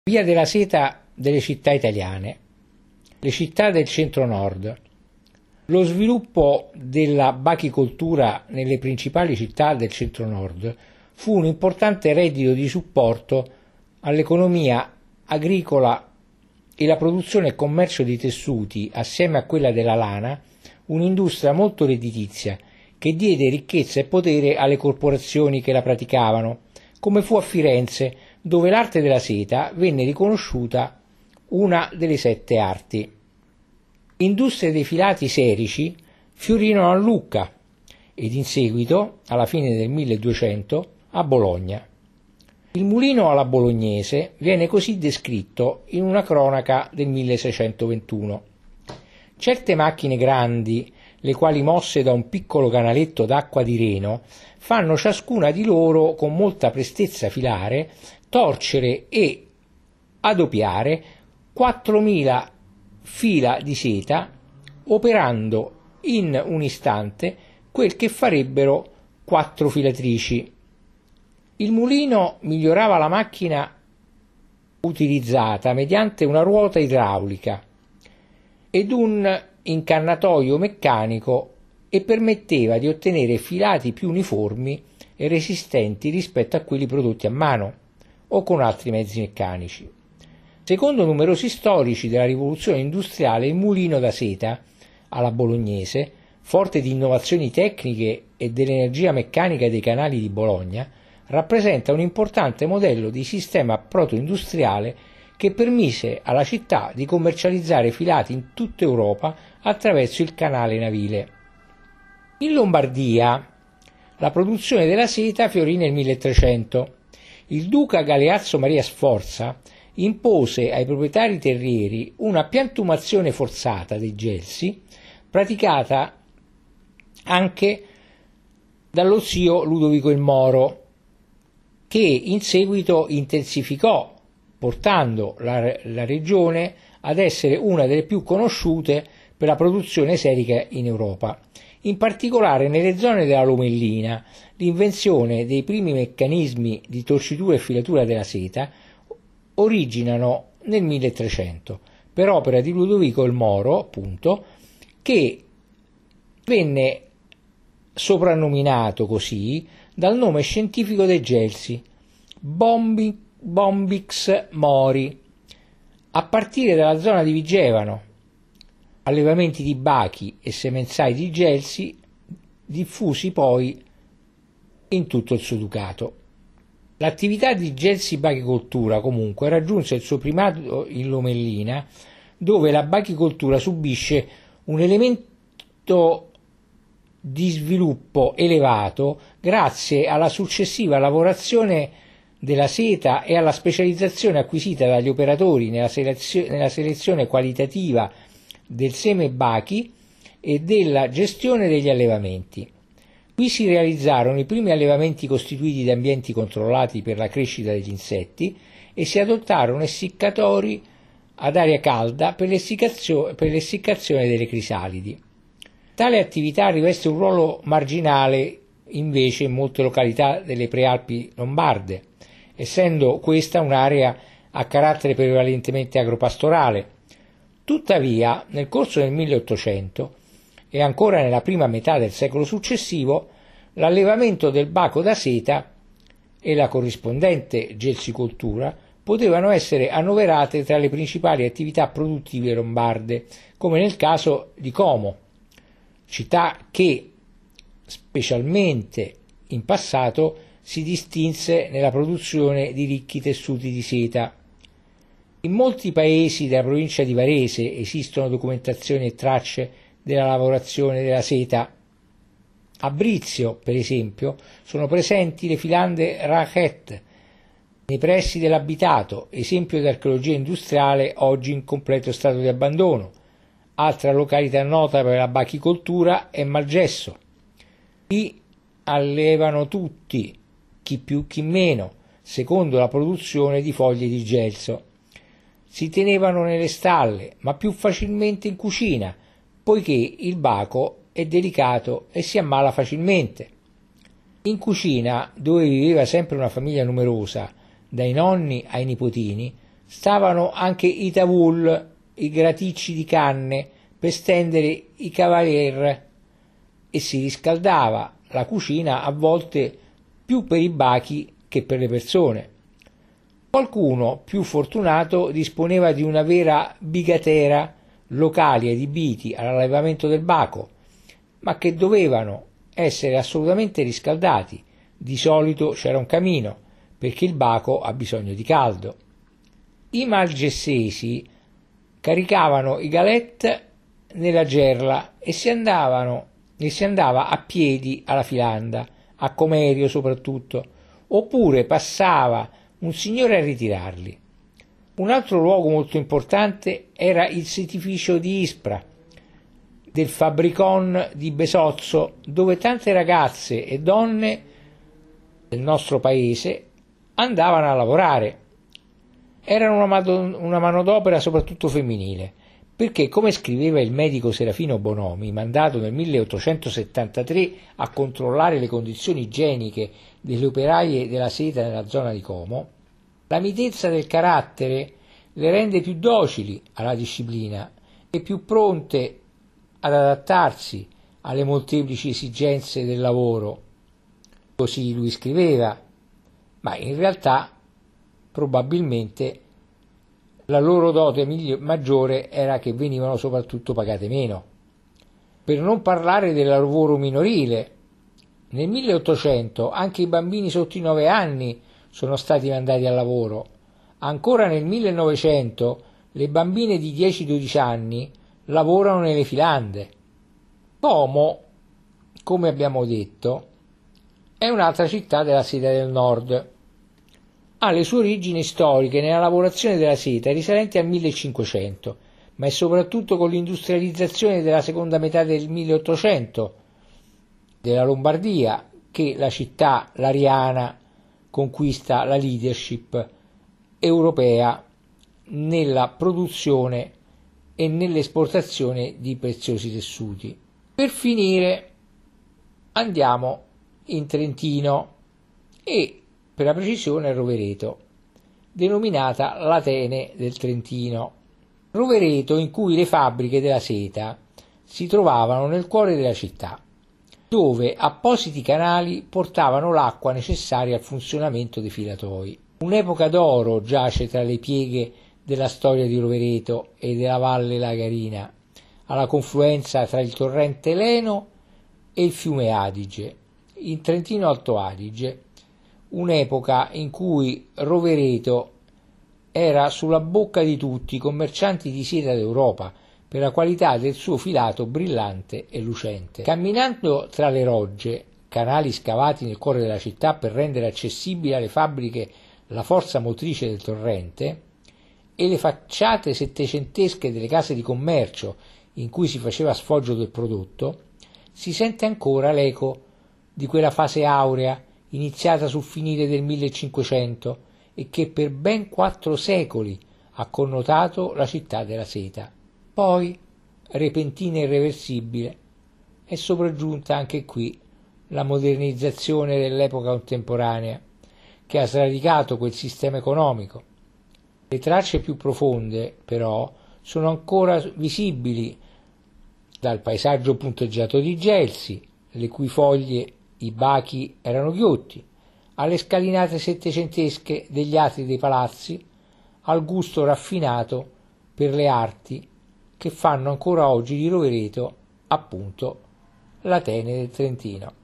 Via della seta delle città italiane, le città del centro-nord. Lo sviluppo della bachicoltura nelle principali città del centro-nord fu un importante reddito di supporto all'economia agricola e la produzione e commercio di tessuti, assieme a quella della lana, un'industria molto redditizia che diede ricchezza e potere alle corporazioni che la praticavano, come fu a Firenze, dove l'arte della seta venne riconosciuta una delle 7 arti. Industrie dei filati serici fiorirono a Lucca ed in seguito, alla fine del 1200, a Bologna. Il mulino alla bolognese viene così descritto in una cronaca del 1621. Certe macchine grandi, le quali mosse da un piccolo canaletto d'acqua di Reno, fanno ciascuna di loro con molta prestezza filare, torcere e adopiare 4.000 fila di seta, operando in un istante quel che farebbero 4 filatrici. Il mulino migliorava la macchina utilizzata mediante una ruota idraulica ed un incannatoio meccanico e permetteva di ottenere filati più uniformi e resistenti rispetto a quelli prodotti a mano o con altri mezzi meccanici. Secondo numerosi storici della rivoluzione industriale, il mulino da seta alla bolognese, forte di innovazioni tecniche e dell'energia meccanica dei canali di Bologna, rappresenta un importante modello di sistema proto-industriale che permise alla città di commercializzare filati in tutta Europa attraverso il canale navile. In Lombardia la produzione della seta fiorì nel 1300. Il duca Galeazzo Maria Sforza impose ai proprietari terrieri una piantumazione forzata dei gelsi, praticata anche dallo zio Ludovico il Moro, che in seguito intensificò, portando la regione ad essere una delle più conosciute per la produzione serica in Europa. In particolare nelle zone della Lomellina, l'invenzione dei primi meccanismi di torcitura e filatura della seta originano nel 1300, per opera di Ludovico il Moro, appunto, che venne soprannominato così dal nome scientifico dei gelsi, Bombix mori, a partire dalla zona di Vigevano. Allevamenti di bachi e semenzai di gelsi diffusi poi in tutto il suo ducato. L'attività di gelsi-bachicoltura comunque raggiunse il suo primato in Lomellina, dove la bachicoltura subisce un elemento di sviluppo elevato grazie alla successiva lavorazione della seta e alla specializzazione acquisita dagli operatori nella selezione qualitativa del seme bachi e della gestione degli allevamenti. Qui si realizzarono i primi allevamenti costituiti da ambienti controllati per la crescita degli insetti e si adottarono essiccatori ad aria calda per l'essiccazione delle crisalidi. Tale attività riveste un ruolo marginale invece in molte località delle prealpi lombarde, essendo questa un'area a carattere prevalentemente agropastorale. Tuttavia, nel corso del 1800 e ancora nella prima metà del secolo successivo, l'allevamento del baco da seta e la corrispondente gelsicoltura potevano essere annoverate tra le principali attività produttive lombarde, come nel caso di Como, città che, specialmente in passato, si distinse nella produzione di ricchi tessuti di seta. In molti paesi della provincia di Varese esistono documentazioni e tracce della lavorazione della seta. A Brizio, per esempio, sono presenti le filande Rachet, nei pressi dell'abitato, esempio di archeologia industriale oggi in completo stato di abbandono. Altra località nota per la bachicoltura è Malgesso. Qui allevano tutti, chi più chi meno, secondo la produzione di foglie di gelso. Si tenevano nelle stalle, ma più facilmente in cucina, poiché il baco è delicato e si ammala facilmente. In cucina, dove viveva sempre una famiglia numerosa, dai nonni ai nipotini, stavano anche i tavul, i graticci di canne per stendere i cavalier, e si riscaldava la cucina a volte più per i bachi che per le persone. Qualcuno più fortunato disponeva di una vera bigatera, locali adibiti all'allevamento del baco, ma che dovevano essere assolutamente riscaldati. Di solito c'era un camino, perché il baco ha bisogno di caldo. I malgessesi caricavano i galette nella gerla e si andava a piedi alla filanda, a Comerio soprattutto, oppure passava un signore a ritirarli. Un altro luogo molto importante era il setificio di Ispra, del Fabricon di Besozzo, dove tante ragazze e donne del nostro paese andavano a lavorare. Era una manodopera soprattutto femminile, perché, come scriveva il medico Serafino Bonomi, mandato nel 1873 a controllare le condizioni igieniche delle operaie della seta nella zona di Como, la mitezza del carattere le rende più docili alla disciplina e più pronte ad adattarsi alle molteplici esigenze del lavoro. Così lui scriveva, ma in realtà probabilmente la loro dote maggiore era che venivano soprattutto pagate meno. Per non parlare del lavoro minorile. Nel 1800 anche i bambini sotto i 9 anni sono stati mandati al lavoro. Ancora nel 1900 le bambine di 10-12 anni lavorano nelle filande. Como, come abbiamo detto, è un'altra città della seta del nord. Ha le sue origini storiche nella lavorazione della seta risalenti al 1500, ma è soprattutto con l'industrializzazione della seconda metà del 1800 della Lombardia che la città lariana conquista la leadership europea nella produzione e nell'esportazione di preziosi tessuti. Per finire andiamo in Trentino e per la precisione a Rovereto, denominata l'Atene del Trentino. Rovereto in cui le fabbriche della seta si trovavano nel cuore della città, dove appositi canali portavano l'acqua necessaria al funzionamento dei filatoi. Un'epoca d'oro giace tra le pieghe della storia di Rovereto e della Valle Lagarina, alla confluenza tra il torrente Leno e il fiume Adige, in Trentino Alto Adige, un'epoca in cui Rovereto era sulla bocca di tutti i commercianti di seta d'Europa per la qualità del suo filato brillante e lucente. Camminando tra le rogge, canali scavati nel cuore della città per rendere accessibile alle fabbriche la forza motrice del torrente, e le facciate settecentesche delle case di commercio in cui si faceva sfoggio del prodotto, si sente ancora l'eco di quella fase aurea iniziata sul finire del 1500 e che per ben 4 secoli ha connotato la città della seta. Poi, repentina e irreversibile, è sopraggiunta anche qui la modernizzazione dell'epoca contemporanea, che ha sradicato quel sistema economico. Le tracce più profonde, però, sono ancora visibili dal paesaggio punteggiato di Gelsi, le cui foglie i bachi erano ghiotti, alle scalinate settecentesche degli atri dei palazzi, al gusto raffinato per le arti che fanno ancora oggi di Rovereto, appunto, l'Atene del Trentino.